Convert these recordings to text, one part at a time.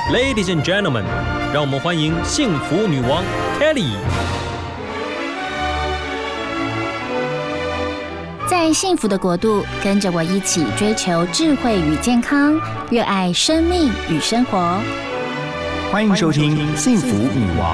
Ladies and gentlemen， 让我们欢迎幸福女王 Kelly。 在幸福的国度，跟着我一起追求智慧与健康，热爱生命与生活。 欢迎收听《幸福女王》。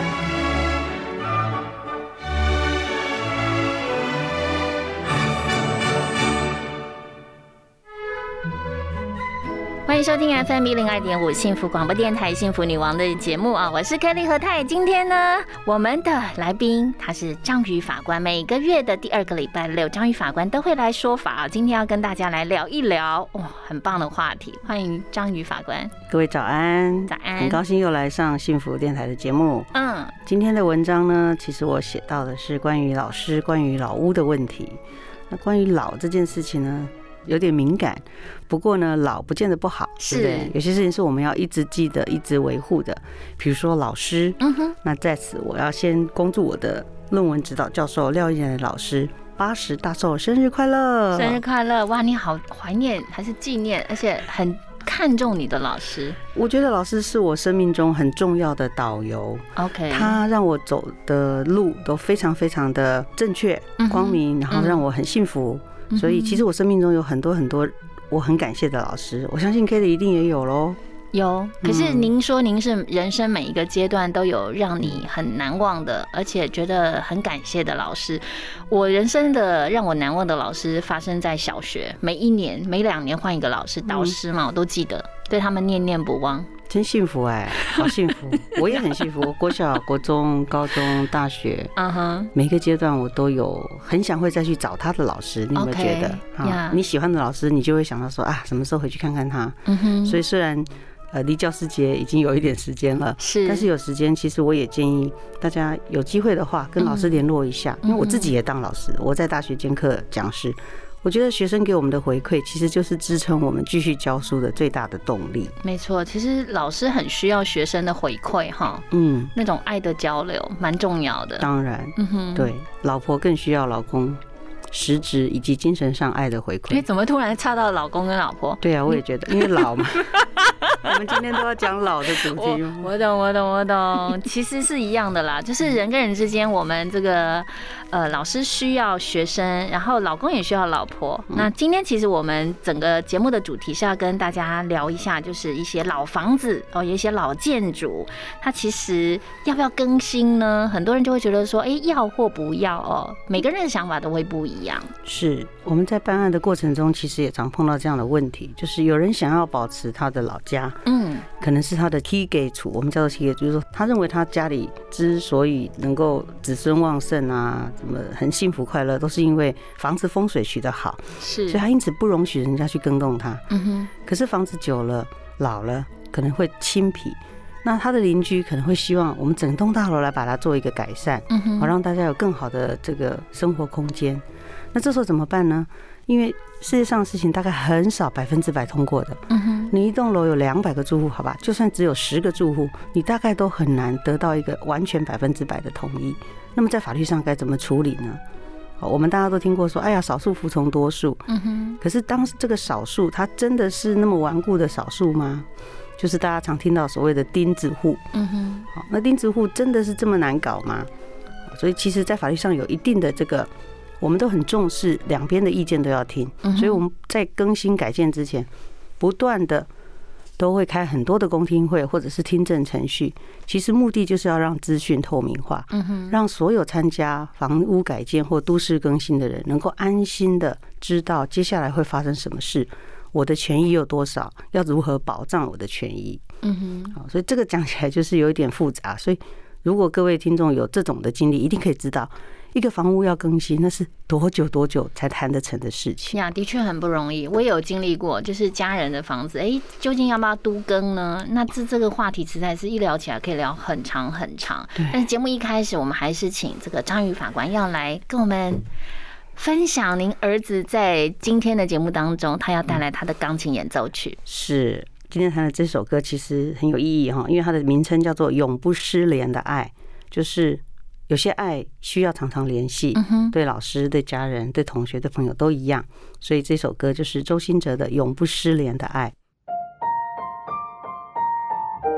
欢迎收听 FM 102.5幸福广播电台幸福女王的节目啊，我是 Kelly 何太。今天呢，我们的来宾他是章鱼法官，每个月的第2个礼拜六，章鱼法官都会来说法。今天要跟大家来聊一聊，很棒的话题。欢迎章鱼法官。 各位早安， 早安， 很高兴又来上幸福电台的节目。今天的文章呢，其实我写到的是关于老师、关于老屋的问题。那关于老这件事情呢，有点敏感，不过呢，老不见得不好，对不对？有些事情是我们要一直记得、一直维护的。比如说老师，那在此我要先恭祝我的论文指导教授廖一然老师80大寿生日快乐！ 生日快乐！哇，你好怀念还是纪念，而且很看重你的老师。 我觉得老师是我生命中很重要的导游。 OK， 他让我走的路都非常非常的正确、光明，然后让我很幸福。所以其实我生命中有很多很多我很感谢的老师，我相信 Kelly 一定也有咯。 有，可是您说您是人生每一个阶段都有让你很难忘的，而且觉得很感谢的老师。我人生的让我难忘的老师发生在小学，每1年、每2年换一个老师，导师嘛，我都记得，对他们念念不忘。 真幸福好幸福！我也很幸福。我国小、国中、高中、大学，每个阶段我都有很想会再去找他的老师。你有没有觉得？你喜欢的老师，你就会想到说啊，什么时候回去看看他？所以虽然离教师节已经有一点时间了，但是有时间，其实我也建议大家有机会的话，跟老师联络一下，因为我自己也当老师，我在大学兼课讲师。我觉得学生给我们的回馈，其实就是支撑我们继续教书的最大的动力。 没错，其实老师很需要学生的回馈哈，那种爱的交流蛮重要的。 当然，对，老婆更需要老公实质以及精神上爱的回馈。 怎么突然插到老公跟老婆？ 对啊，我也觉得，因为老嘛。我们今天都要讲老的主题。 我懂，其实是一样的啦，就是人跟人之间，我们这个老师需要学生，然后老公也需要老婆。那今天其实我们整个节目的主题是要跟大家聊一下，就是一些老房子有一些老建筑，它其实要不要更新呢？很多人就会觉得说，要或不要哦，每个人的想法都会不一样。 是我们在办案的过程中，其实也常碰到这样的问题，就是有人想要保持他的老家，可能是他的梯给处，我们叫做梯给处，就是说他认为他家里之所以能够子孙旺盛啊，怎么很幸福快乐，都是因为房子风水取得好，所以他因此不容许人家去更动它。可是房子久了老了，可能会青皮。那他的邻居可能会希望我们整栋大楼来把它做一个改善，好让大家有更好的这个生活空间。那这时候怎么办呢？因为世界上的事情大概很少100%通过的。你一栋楼有200个住户，好吧，就算只有10个住户，你大概都很难得到一个完全100%的同意。那么在法律上该怎么处理呢？我们大家都听过说，哎呀，少数服从多数。可是当这个少数，它真的是那么顽固的少数吗？就是大家常听到所谓的钉子户。那钉子户真的是这么难搞吗？所以其实在法律上有一定的这个，我们都很重视两边的意见都要听，所以我们在更新改建之前，不断的都会开很多的公听会或者是听证程序，其实目的就是要让资讯透明化，让所有参加房屋改建或都市更新的人能够安心的知道接下来会发生什么事，我的权益有多少，要如何保障我的权益。所以这个讲起来就是有一点复杂，所以如果各位听众有这种的经历，一定可以知道一个房屋要更新，那是多久才谈得成的事情呀？的确很不容易。我也有经历过，就是家人的房子，究竟要不要都更呢？那这个话题实在是一聊起来可以聊很长很长。但是节目一开始，我们还是请这个章鱼法官要来跟我们分享您儿子在今天的节目当中，他要带来他的钢琴演奏曲。 是。今天弹的这首歌其实很有意义哈，因为它的名称叫做《永不失联的爱》，就是有些爱需要常常联系，对老师、对家人、对同学、对朋友都一样，所以这首歌就是周兴哲的《永不失联的爱》。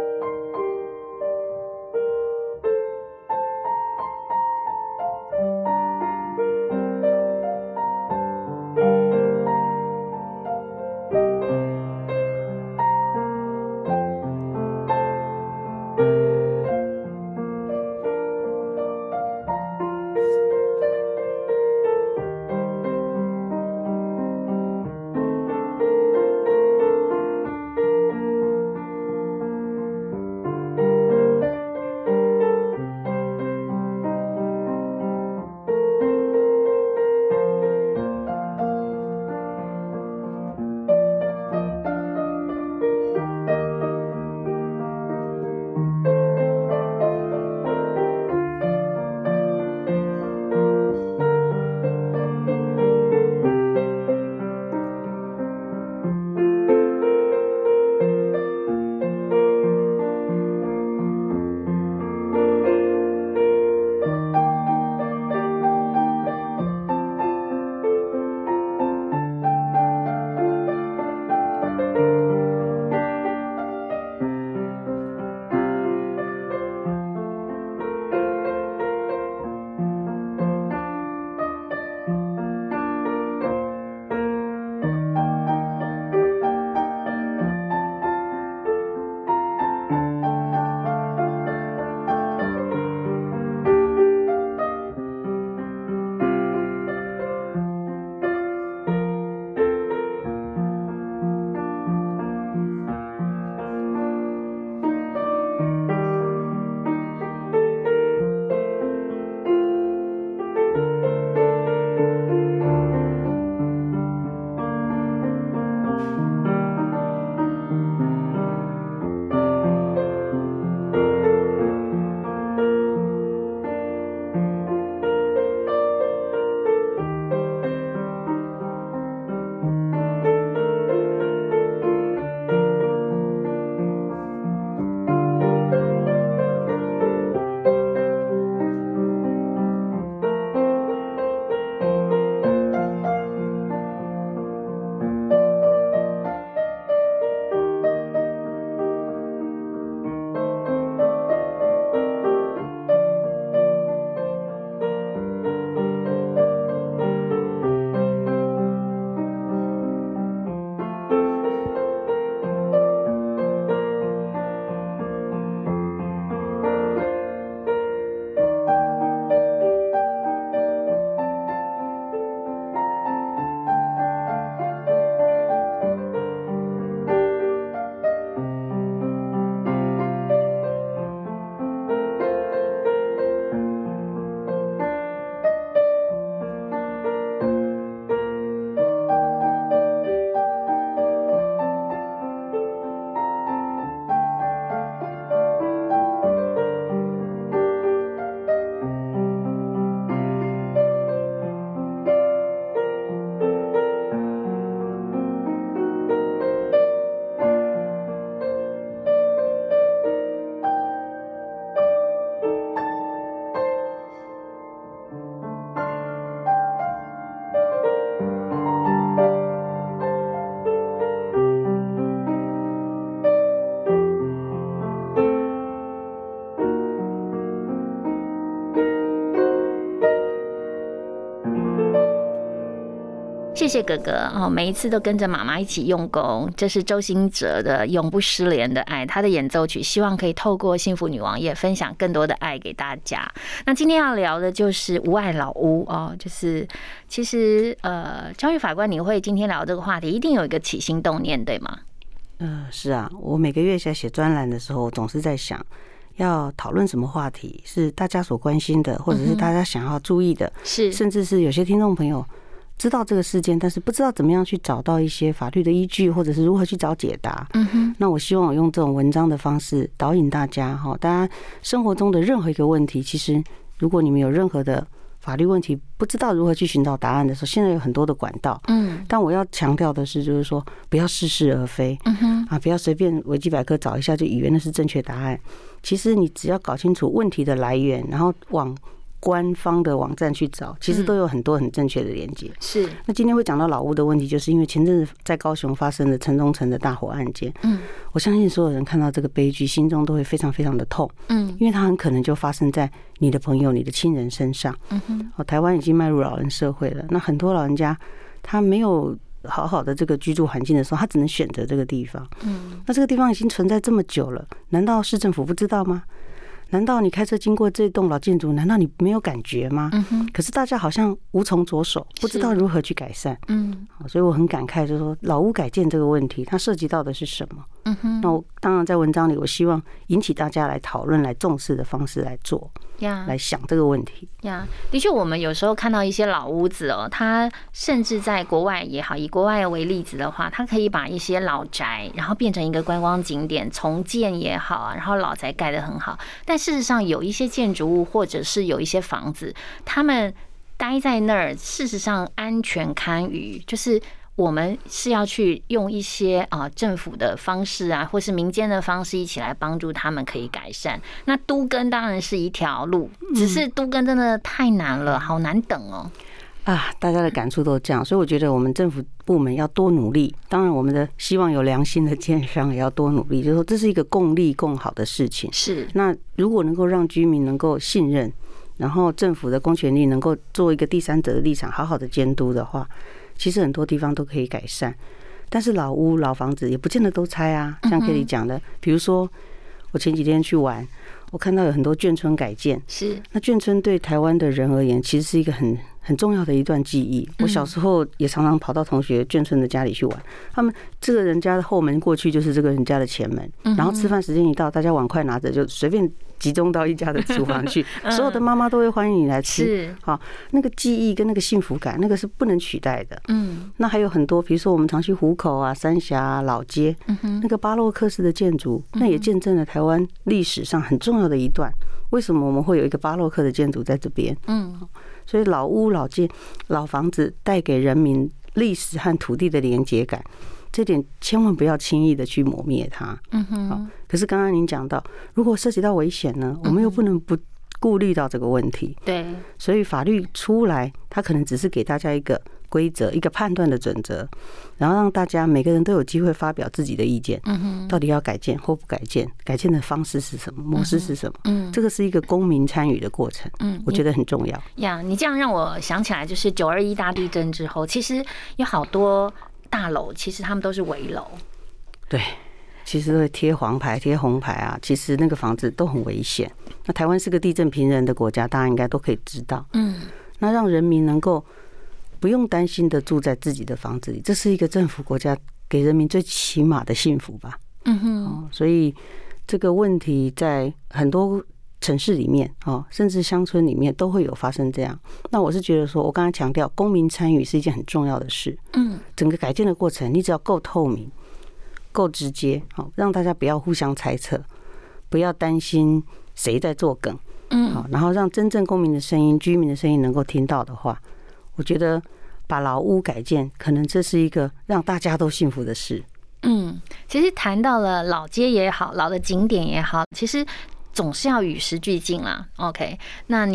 谢哥哥哦，每一次都跟着妈妈一起用功。这是周兴哲的《永不失联的爱》，他的演奏曲，希望可以透过幸福女王也分享更多的爱给大家。那今天要聊的就是无爱老屋哦，就是其实教育法官你会今天聊这个话题，一定有一个起心动念，对吗？ 是啊，我每个月在写专栏的时候，总是在想要讨论什么话题是大家所关心的，或者是大家想要注意的， 是甚至是有些听众朋友知道这个事件，但是不知道怎么样去找到一些法律的依据，或者是如何去找解答。那我希望我用这种文章的方式导引大家，大家生活中的任何一个问题，其实如果你们有任何的法律问题不知道如何去寻找答案的时候，现在有很多的管道。但我要强调的是，就是说不要似是而非。不要随便维基百科找一下就以为那是正确答案。其实你只要搞清楚问题的来源，然后往官方的网站去找，其实都有很多很正确的连接。 是。 那今天会讲到老屋的问题，就是因为前阵子在高雄发生的城中城的大火案件。我相信所有人看到这个悲剧，心中都会非常非常的痛。因为它很可能就发生在你的朋友、你的亲人身上。台湾已经迈入老人社会了，那很多老人家他没有好好的这个居住环境的时候，他只能选择这个地方。那这个地方已经存在这么久了，难道市政府不知道吗？难道你开车经过这栋老建筑，难道你没有感觉吗？可是大家好像无从着手，不知道如何去改善。所以我很感慨，就是说老屋改建这个问题，它涉及到的是什么？那我当然在文章里，我希望引起大家来讨论、来重视的方式来做，来想这个问题。 的确，我们有时候看到一些老屋子哦，它甚至在国外也好，以国外为例子的话，它可以把一些老宅，然后变成一个观光景点，重建也好啊，然后老宅盖得很好。但事实上，有一些建筑物或者是有一些房子，他们待在那儿，事实上安全堪虞，就是我们是要去用一些政府的方式啊，或是民间的方式一起来帮助他们可以改善。那都更当然是一条路，只是都更真的太难了，好难等哦。 大家的感触都这样，所以我觉得我们政府部门要多努力。当然，我们的希望有良心的建商也要多努力，就是说这是一个共利共好的事情。 是。那如果能够让居民能够信任，然后政府的公权力能够做一个第三者的立场，好好的监督的话，其实很多地方都可以改善。但是老屋、老房子也不见得都拆啊。像 Kelly 讲的，比如说我前几天去玩，我看到有很多眷村改建。 是。那眷村对台湾的人而言，其实是一个很重要的一段记忆。我小时候也常常跑到同学眷村的家里去玩，他们这个人家的后门过去就是这个人家的前门，然后吃饭时间一到，大家碗筷拿着就随便集中到一家的厨房去，所有的妈妈都会欢迎你来吃。好，那个记忆跟那个幸福感，那个是不能取代的。那还有很多，比如说我们常去湖口啊、三峡啊、老街，那个巴洛克式的建筑，那也见证了台湾历史上很重要的一段。为什么我们会有一个巴洛克的建筑在这边？所以老屋、老街、老房子带给人民历史和土地的连结感，这点千万不要轻易的去抹灭它。可是刚刚您讲到，如果涉及到危险呢，我们又不能不顾虑到这个问题。 对， 所以法律出来，它可能只是给大家一个规则、一个判断的准则，然后让大家每个人都有机会发表自己的意见。到底要改建或不改建？改建的方式是什么？模式是什么？这个是一个公民参与的过程。我觉得很重要。 你这样让我想起来，就是921大地震之后，其实有好多大楼，其实他们都是危楼。 对。其实会贴黄牌、贴红牌啊，其实那个房子都很危险。那台湾是个地震频仍的国家，大家应该都可以知道。那让人民能够不用担心的住在自己的房子里，这是一个政府国家给人民最起码的幸福吧。所以这个问题在很多城市里面甚至乡村里面都会有发生这样。那我是觉得说，我刚才强调公民参与是一件很重要的事。整个改建的过程，你只要够透明、够直接，让大家不要互相猜测，不要担心谁在作梗，然后让真正公民的声音、居民的声音能够听到的话，我觉得把老屋改建，可能这是一个让大家都幸福的事。 其实谈到了老街也好，老的景点也好，其实总是要与时俱进啦。OK， 那你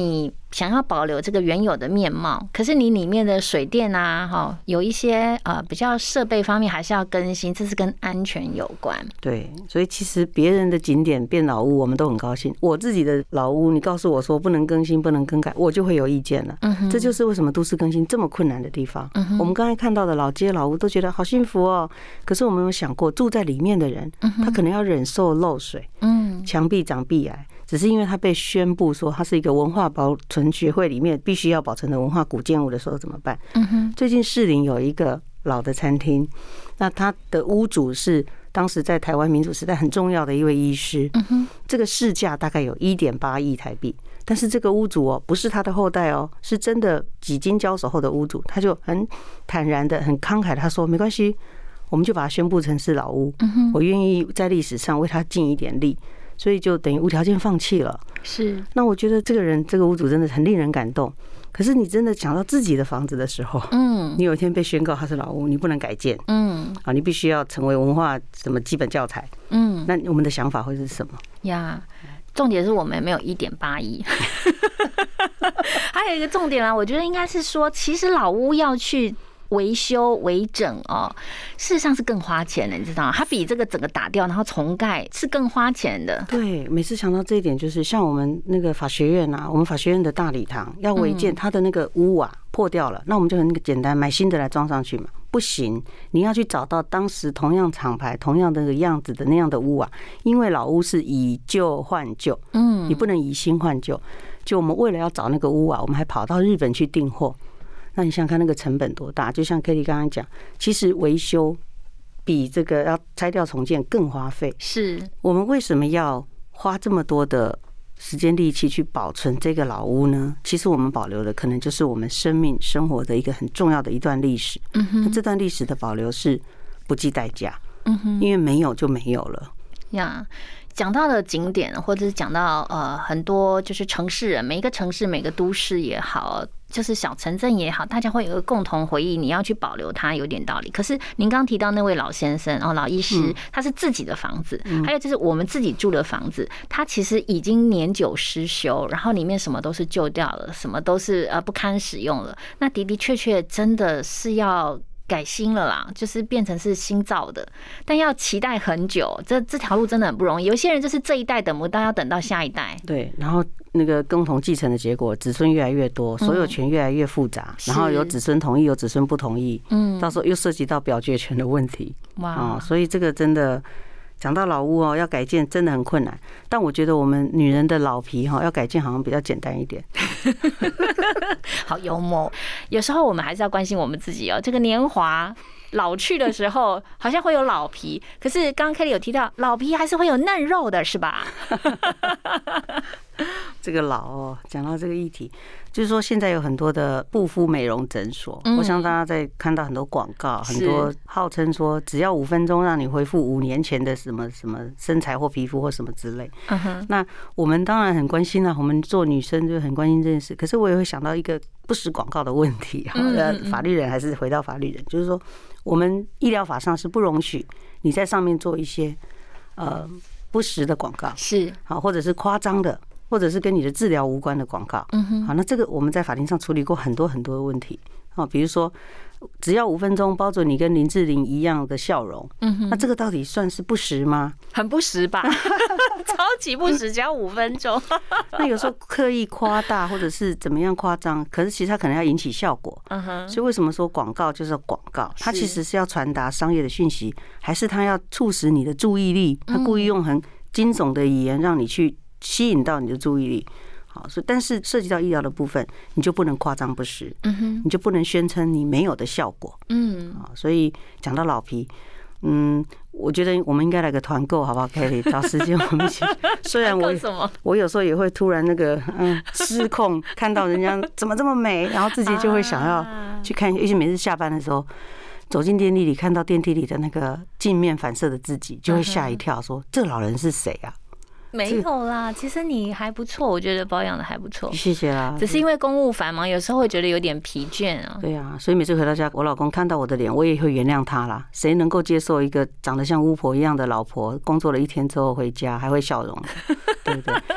想要保留这个原有的面貌，可是你里面的水电啊，有一些比较设备方面还是要更新，这是跟安全有关。 对，所以其实别人的景点变老屋，我们都很高兴。我自己的老屋，你告诉我说不能更新、不能更改，我就会有意见了。这就是为什么都市更新这么困难的地方。我们刚才看到的老街老屋都觉得好幸福哦，可是我们有想过，住在里面的人，他可能要忍受漏水，墙壁长壁癌。只是因为他被宣布说他是一个文化保存学会里面必须要保存的文化古建物的时候怎么办？最近士林有一个老的餐厅，那他的屋主是当时在台湾民主时代很重要的一位医师，这个市价大概有1.8亿台币，但是这个屋主哦，不是他的后代哦，是真的几经交手后的屋主，他就很坦然的、很慷慨的他说没关系，我们就把它宣布成是老屋，我愿意在历史上为他尽一点力。所以就等于无条件放弃了。 是， 那我觉得这个人这个屋主真的很令人感动。可是你真的讲到自己的房子的时候，你有一天被宣告它是老屋，你不能改建，你必须要成为文化什么基本教材，那我们的想法会是什么呀？重点是我们没有1.8亿，还有一个重点啦，我觉得应该是说，其实老屋要去维修维整哦，事实上是更花钱的，你知道吗？它比这个整个打掉然后重盖是更花钱的。 对，每次想到这一点，就是像我们那个法学院啊，我们法学院的大礼堂要违建，它的那个屋瓦破掉了，那我们就很简单买新的来装上去嘛。不行，你要去找到当时同样厂牌、同样的那个样子的那样的屋瓦，因为老屋是以旧换旧，你不能以新换旧。就我们为了要找那个屋瓦，我们还跑到日本去订货。那你想想看那个成本多大？就像 Kelly 刚刚讲，其实维修比这个要拆掉重建更花费。 是我们为什么要花这么多的时间力气去保存这个老屋呢？其实我们保留的可能就是我们生命生活的一个很重要的一段历史。那这段历史的保留是不计代价，因为没有就没有了呀。讲到了景点，或者是讲到很多就是城市人，每一个城市每个都市也好，就是小城镇也好，大家会有一个共同回忆，你要去保留它，有点道理。可是您刚提到那位老先生老医师，他是自己的房子，还有就是我们自己住的房子，它其实已经年久失修，然后里面什么都是旧掉了，什么都是不堪使用了。那的的确确真的是要改新了啦，就是变成是新造的，但要期待很久，这条路真的很不容易。有些人就是这一代等不到，要等到下一代。 对，然后那个共同继承的结果，子孙越来越多，所有权越来越复杂，然后有子孙同意，有子孙不同意，到时候又涉及到表决权的问题。哇，所以这个真的。讲到老屋要改建真的很困难，但我觉得我们女人的老皮要改建好像比较简单一点。 好幽默，有时候我们还是要关心我们自己这个年华老去的时候，好像会有老皮，可是刚刚 Kelly 有提到，老皮还是会有嫩肉的，是吧？ 这个老讲到这个议题，就是说现在有很多的护肤美容诊所，我想大家在看到很多广告，很多号称说只要5分钟让你恢复5年前的什么什么身材或皮肤或什么之类。那我们当然很关心我们做女生就很关心这件事。可是我也会想到一个不实广告的问题。法律人还是回到法律人，就是说我们医疗法上是不容许你在上面做一些不实的广告， 是好，或者是夸张的，或者是跟你的治疗无关的广告。好，那这个我们在法庭上处理过很多很多的问题。比如说只要5分钟包准你跟林志玲一样的笑容，那这个到底算是不实吗？ 很不实吧，超级不实，只要5分钟。 那有时候刻意夸大或者是怎么样夸张，可是其实它可能要引起效果。所以为什么说广告就是广告？它其实是要传达商业的讯息，还是它要促使你的注意力？它故意用很惊悚的语言让你去吸引到你的注意力。但是涉及到医疗的部分，你就不能夸张不实，你就不能宣称你没有的效果。所以讲到老皮，我觉得我们应该来个团购，好不好？可以找时间我们一起。虽然我有时候也会突然那个失控，看到人家怎么这么美，然后自己就会想要去看，尤其每次下班的时候。走进电梯里，看到电梯里的那个镜面反射的自己，就会吓一跳，说：“这老人是谁啊？” 没有啦，其实你还不错，我觉得保养的还不错。 谢谢啦。 只是因为公务繁忙，有时候会觉得有点疲倦啊。 对啊，所以每次回到家，我老公看到我的脸，我也会原谅他啦。谁能够接受一个长得像巫婆一样的老婆，工作了1天之后回家还会笑容，对不对？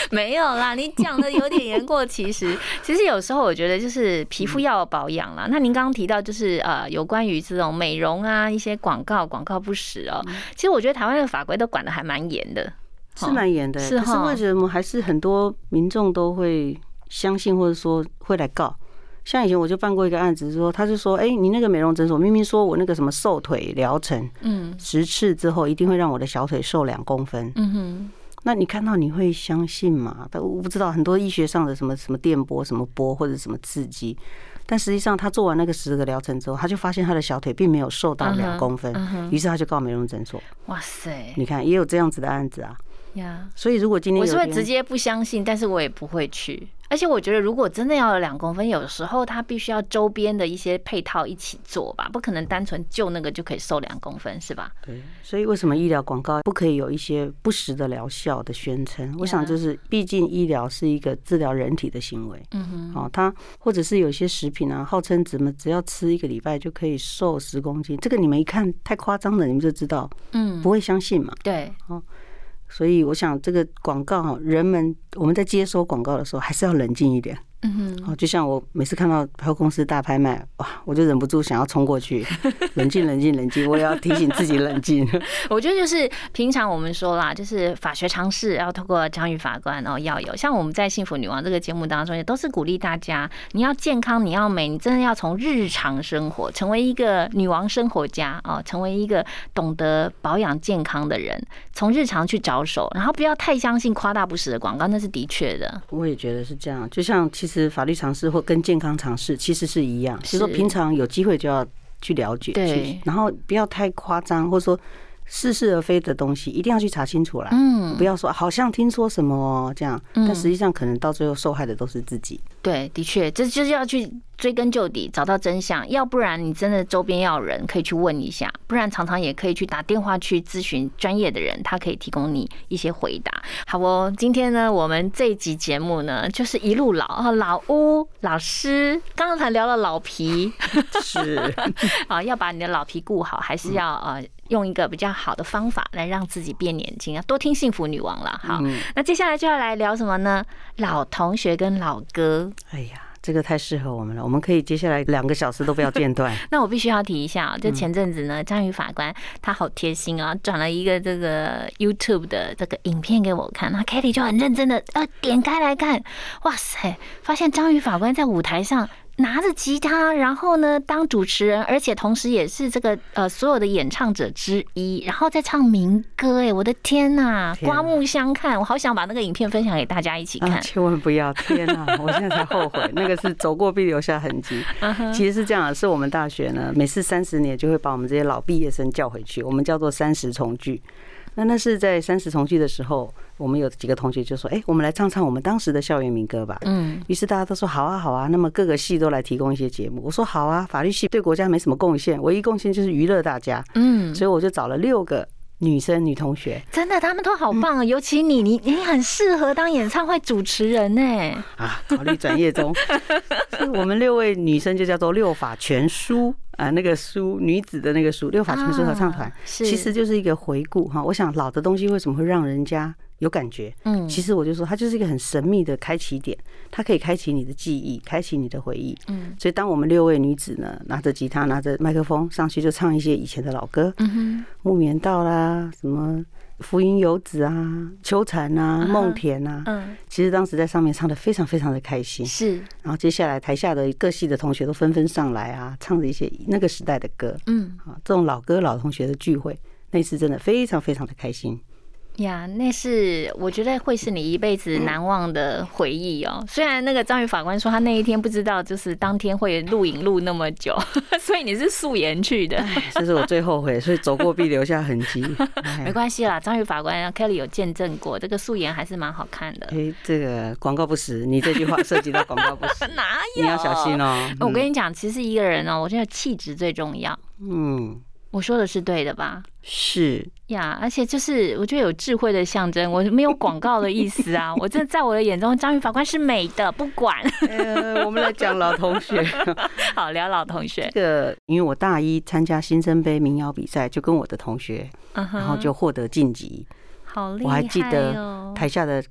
没有啦，你讲的有点言过其实。其实有时候我觉得就是皮肤要保养啦。那您刚刚提到就是有关于这种美容啊一些广告不实哦。其实我觉得台湾的法规都管得还蛮严的， 是蛮严的。可是为什么还是很多民众都会相信或者说会来告？像以前我就办过一个案子，说他就说，你那个美容诊所明明说我那个什么瘦腿疗程，10次之后一定会让我的小腿瘦2公分。那你看到你会相信吗？但我不知道很多医学上的什么电波、什么波或者什么刺激，但实际上他做完那个10个疗程之后，他就发现他的小腿并没有瘦到2公分，于是他就告美容诊所。 哇塞！ 你看也有这样子的案子啊。所以如果今天我是会直接不相信，但是我也不会去。而且我觉得，如果真的要有2公分，有时候它必须要周边的一些配套一起做吧，不可能单纯就那个就可以瘦2公分，是吧？对。 所以为什么医疗广告不可以有一些不实的疗效的宣称？我想就是，毕竟医疗是一个治疗人体的行为。它或者是有些食品啊，号称只要吃1个礼拜就可以瘦10公斤，这个你们一看太夸张了，你们就知道，不会相信嘛。 对。 所以我想这个广告，我们在接收广告的时候还是要冷静一点。就像我每次看到百货公司大拍卖，哇，我就忍不住想要冲过去，冷静，我也要提醒自己冷静。 我觉得就是平常我们说啦，就是法学常识要透过张宇法官要有。像我们在幸福女王这个节目当中，也都是鼓励大家，你要健康，你要美，你真的要从日常生活成为一个女王生活家成为一个懂得保养健康的人，从日常去着手，然后不要太相信夸大不实的广告，那是的确的。 我也觉得是这样，就像其实法律常识或跟健康常识其实是一样，就是说平常有机会就要去了解，对，然后不要太夸张，或者说似是而非的东西一定要去查清楚来，不要说好像听说什么这样，但实际上可能到最后受害的都是自己。对， 的确，这就是要去追根究底，找到真相，要不然你真的周边要有人可以去问一下，不然常常也可以去打电话去咨询专业的人，他可以提供你一些回答。好哦，今天呢，我们这一集节目呢，就是一路老屋老师，刚刚才聊了老皮， 是要把你的老皮顾好，还是要用一个比较好的方法来让自己变年轻啊，多听幸福女王了。好，那接下来就要来聊什么呢？老同学跟老歌。 哎呀，这个太适合我们了，我们可以接下来2个小时都不要间断。 那我必须要提一下，就前阵子呢，张宇法官他好贴心啊，转了一个这个 YouTube 的这个影片给我看，那 Kelly 就很认真的点开来看，哇塞，发现张宇法官在舞台上拿着吉他，然后呢当主持人，而且同时也是这个所有的演唱者之一，然后再唱民歌。我的天哪，刮目相看！我好想把那个影片分享给大家一起看。 千万不要！天哪，我现在才后悔，那个是走过必留下痕迹。其实是这样，是我们大学呢，每次30年就会把我们这些老毕业生叫回去，我们叫做30重聚。那是在30重聚的时候，我们有几个同学就说：“我们来唱唱我们当时的校园民歌吧。”于是大家都说：“好啊，好啊。”那么各个系都来提供一些节目。我说：“好啊，法律系对国家没什么贡献，唯一贡献就是娱乐大家。”所以我就找了6个女同学， 真的，他们都好棒，尤其你很适合当演唱会主持人呢。 考虑转业中。所以我们6位女生就叫做6法全书。那个书，女子的那个书，6法全书合唱团，其实就是一个回顾哈。我想老的东西为什么会让人家有感觉？其实我就说它就是一个很神秘的开启点，它可以开启你的记忆，开启你的回忆。所以当我们6位女子呢，拿着吉他，拿着麦克风上去，就唱一些以前的老歌，木棉道啦，什么浮云游子啊，秋蝉啊，梦田啊，其实当时在上面唱得非常非常的开心。是，然后接下来台下的各系的同学都纷纷上来啊，唱着一些那个时代的歌。这种老歌老同学的聚会，那次真的非常非常的开心。 呀，那是我觉得会是你一辈子难忘的回忆哦。虽然那个张宇法官说他那一天不知道，就是当天会录影录那么久，所以你是素颜去的。 这是我最后悔，所以走过必留下痕迹。 没关系啦，张宇法官 Kelly 有见证过，这个素颜还是蛮好看的。 这个广告不实，你这句话涉及到广告不实， 哪有？ 你要小心哦。 我跟你讲，其实一个人我觉得气质最重要。我说的是对的吧？ 是呀，而且就是我觉得有智慧的象征，我没有广告的意思啊。我真的在我的眼中，张宇法官是美的，不管。 我们来讲老同学， 好，聊老同学。 这个因为我大一参加新生杯民谣比赛，就跟我的同学，然后就获得晋级。 好厉害哦！ 我还记得台下的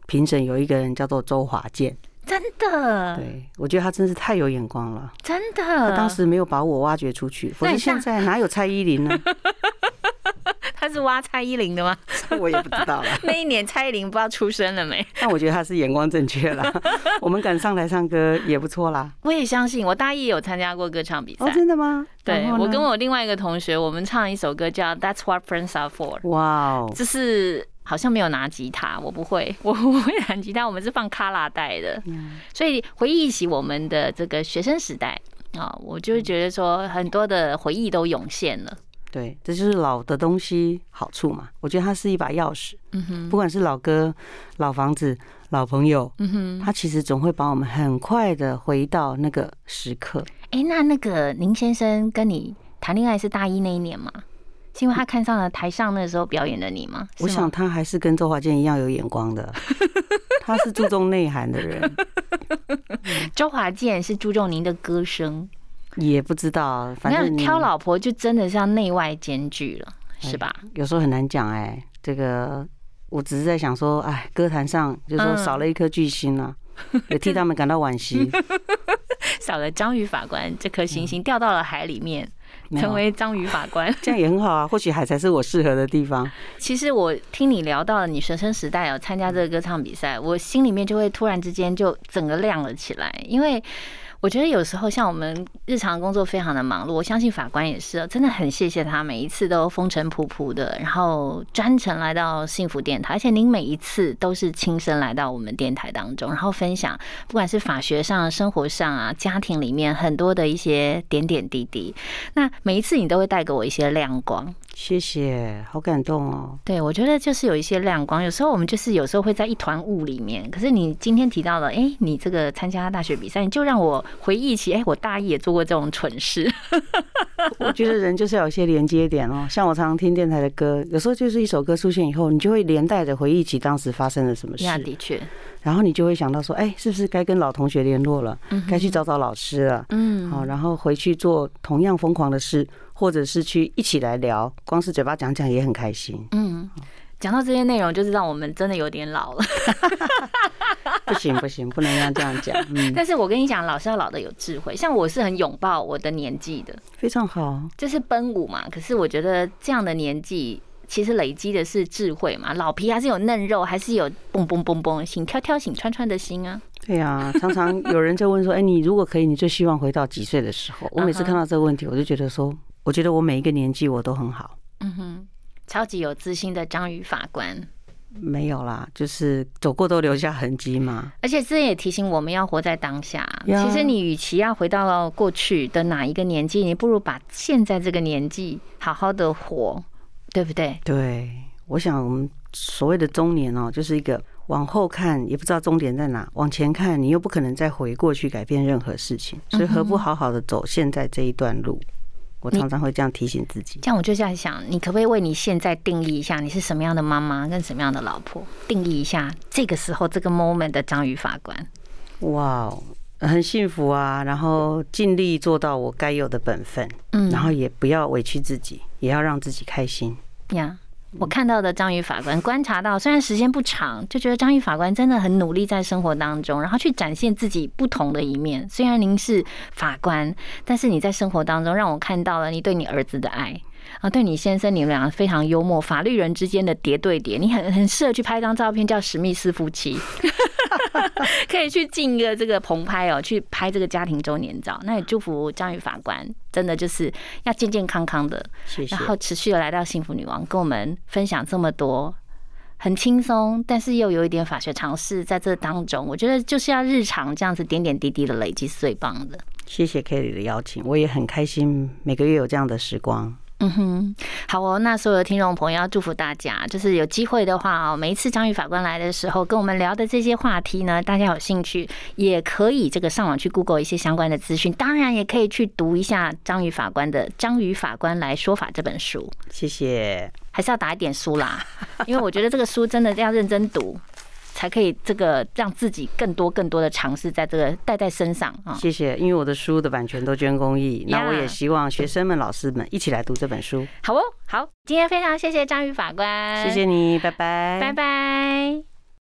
评审有一个人叫做周华健。 真的， 对，我觉得他真是太有眼光了， 真的。 他当时没有把我挖掘出去，否则现在哪有蔡依林呢？ 他是挖蔡依林的吗？ 我也不知道了。 那一年蔡依林不知道出生了没？ 但我觉得他是眼光正确啦。我们敢上台唱歌也不错啦。 我也相信，我大一也有参加过歌唱比赛。 哦，真的吗？ 对，我跟我另外一个同学，我们唱一首歌叫《That's What Friends Are For》。 哇哦， 就是好像没有拿吉他，我不会，我不会弹吉他，我们是放卡拉带的。所以回忆起我们的这个学生时代啊，我就会觉得说很多的回忆都涌现了。 对，这就是老的东西好处嘛。我觉得它是一把钥匙，不管是老歌、老房子、老朋友，它其实总会把我们很快的回到那个时刻。 那个林先生跟你谈恋爱是大一那一年吗？是因为他看上了台上那时候表演的你吗？ 我想他还是跟周华健一样有眼光的，他是注重内涵的人。 周华健是注重您的歌声。 也不知道，反正挑老婆就真的是要内外兼具了，是吧？ 有时候很难讲这个我只是在想说，歌坛上就是说少了一颗巨星啊，也替他们感到惋惜。 少了章鱼法官这颗星星掉到了海里面，成为章鱼法官， 这样也很好啊。或许海才是我适合的地方。 其实我听你聊到了你学生时代有参加这个歌唱比赛，我心里面就会突然之间就整个亮了起来，因为我觉得有时候像我们日常工作非常的忙碌，我相信法官也是，真的很谢谢他每一次都风尘仆仆的，然后专程来到幸福电台，而且您每一次都是亲身来到我们电台当中，然后分享不管是法学上、生活上啊、家庭里面很多的一些点点滴滴，那每一次你都会带给我一些亮光。 谢谢，好感动哦。 对，我觉得就是有一些亮光，有时候我们就是有时候会在一团雾里面，可是你今天提到了，你这个参加大学比赛，你就让我回忆起，我大一也做过这种蠢事。 我觉得人就是要有一些连接点哦，像我常常听电台的歌，有时候就是一首歌出现以后，你就会连带着回忆起当时发生了什么事。 的确。 然后你就会想到说，是不是该跟老同学联络了，该去找找老师了，好，然后回去做同样疯狂的事，或者是去一起来聊，光是嘴巴讲讲也很开心。 讲到这些内容，就是让我们真的有点老了。 不行不行，不能让这样讲。 但是我跟你讲，老是要老的有智慧。像我是很拥抱我的年纪的， 非常好， 就是奔五嘛。可是我觉得这样的年纪，其实累积的是智慧嘛。老皮还是有嫩肉，还是有蹦蹦蹦蹦、醒跳跳、醒穿穿的心啊。 对啊，常常有人在问说，你如果可以，你最希望回到几岁的时候？我每次看到这个问题，我就觉得说，我觉得我每一个年纪我都很好。 超级有自信的章鱼法官。 没有啦，就是走过都留下痕迹嘛。 而且这也提醒我们要活在当下。其实你与其要回到过去的哪一个年纪，你不如把现在这个年纪好好的活，对不对？ 对，我想我们所谓的中年就是一个往后看也不知道终点在哪，往前看你又不可能再回过去改变任何事情，所以何不好好的走现在这一段路？我常常会这样提醒自己。 这样我就在想，你可不可以为你现在定义一下，你是什么样的妈妈跟什么样的老婆？定义一下这个时候这个 moment 的章鱼法官。 哇，很幸福啊！然后尽力做到我该有的本分，然后也不要委屈自己，也要让自己开心呀。我看到的章鱼法官，观察到虽然时间不长，就觉得章鱼法官真的很努力在生活当中，然后去展现自己不同的一面。虽然您是法官，但是你在生活当中让我看到了你对你儿子的爱啊，对你先生，你们两个非常幽默，法律人之间的叠对叠，你很适合去拍一张照片叫史密斯夫妻，可以去进一个这个棚拍去拍这个家庭周年照。那也祝福章鱼法官，真的就是要健健康康的， 谢谢。 然后持续的来到幸福女王，跟我们分享这么多很轻松，但是又有一点法学常识在这当中。我觉得就是要日常这样子点点滴滴的累积是最棒的。 谢谢 Kelly 的邀请，我也很开心每个月有这样的时光。 好哦，那所有的听众朋友要祝福大家，就是有机会的话每一次章鱼法官来的时候，跟我们聊的这些话题呢，大家有兴趣也可以这个上网去 Google 一些相关的资讯，当然也可以去读一下章鱼法官的《章鱼法官来说法》这本书。谢谢，还是要打一点书啦，因为我觉得这个书真的要认真读。才可以这个让自己更多的尝试在这个带在身上啊！谢谢，因为我的书的版权都捐公益，那我也希望学生们、老师们一起来读这本书。好哦，好，今天非常谢谢章鱼法官，谢谢你，拜拜，拜拜。